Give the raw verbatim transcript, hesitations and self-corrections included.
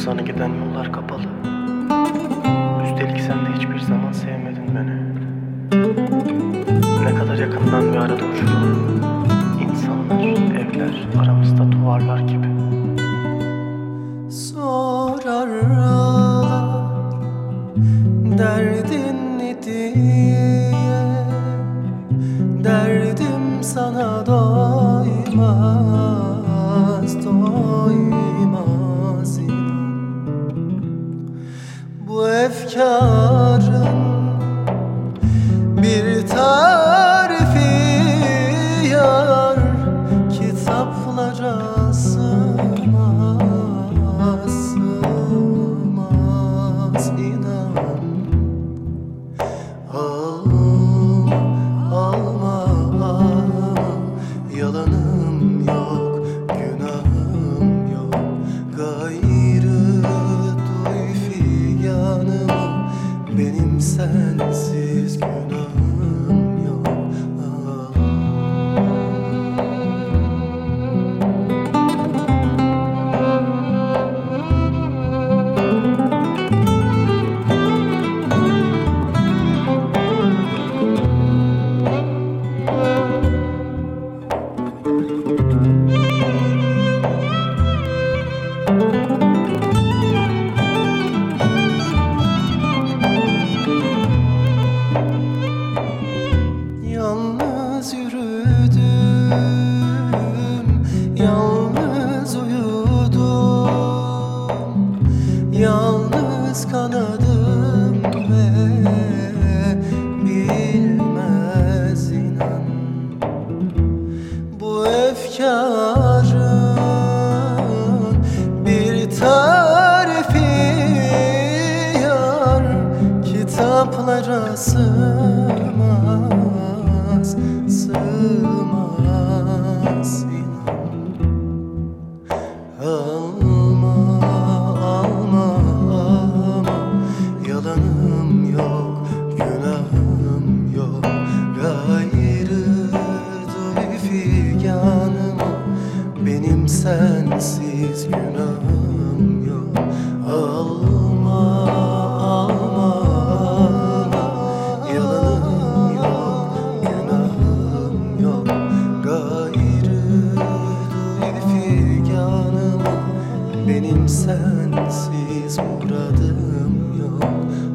sana giden yollar kapalı. Üstelik sen de hiçbir zaman sevmedin beni. Ne kadar yakından bir arada uçurum. İnsanlar, evler, aramızda duvarlar gibi. Sorarlar derdin ne diye, derdim sana doymaz, doymaz inan. Bu efkarın bir tarifi yar, kitaplara sığmaz, sığmaz inan. Alma, alma, alma, yalanım yok, günahım yok. Gayrı duy figanımı, benim sensiz günahım yok. Yalnız yürüdüm, yalnız uyudum, yalnız kanadım ve bilmez inan. Bu efkarın bir tarifi yar, kitaplara sığmaz, sığmaz inan. Alma, alma, alma, yalanım yok, günahım yok. Gayrı duy figanımı, benim sensiz günahım yok. Alma, alma, alma, yalanım yok, günahım yok. Gayrı duy figanımı, benim sensiz muradım yok.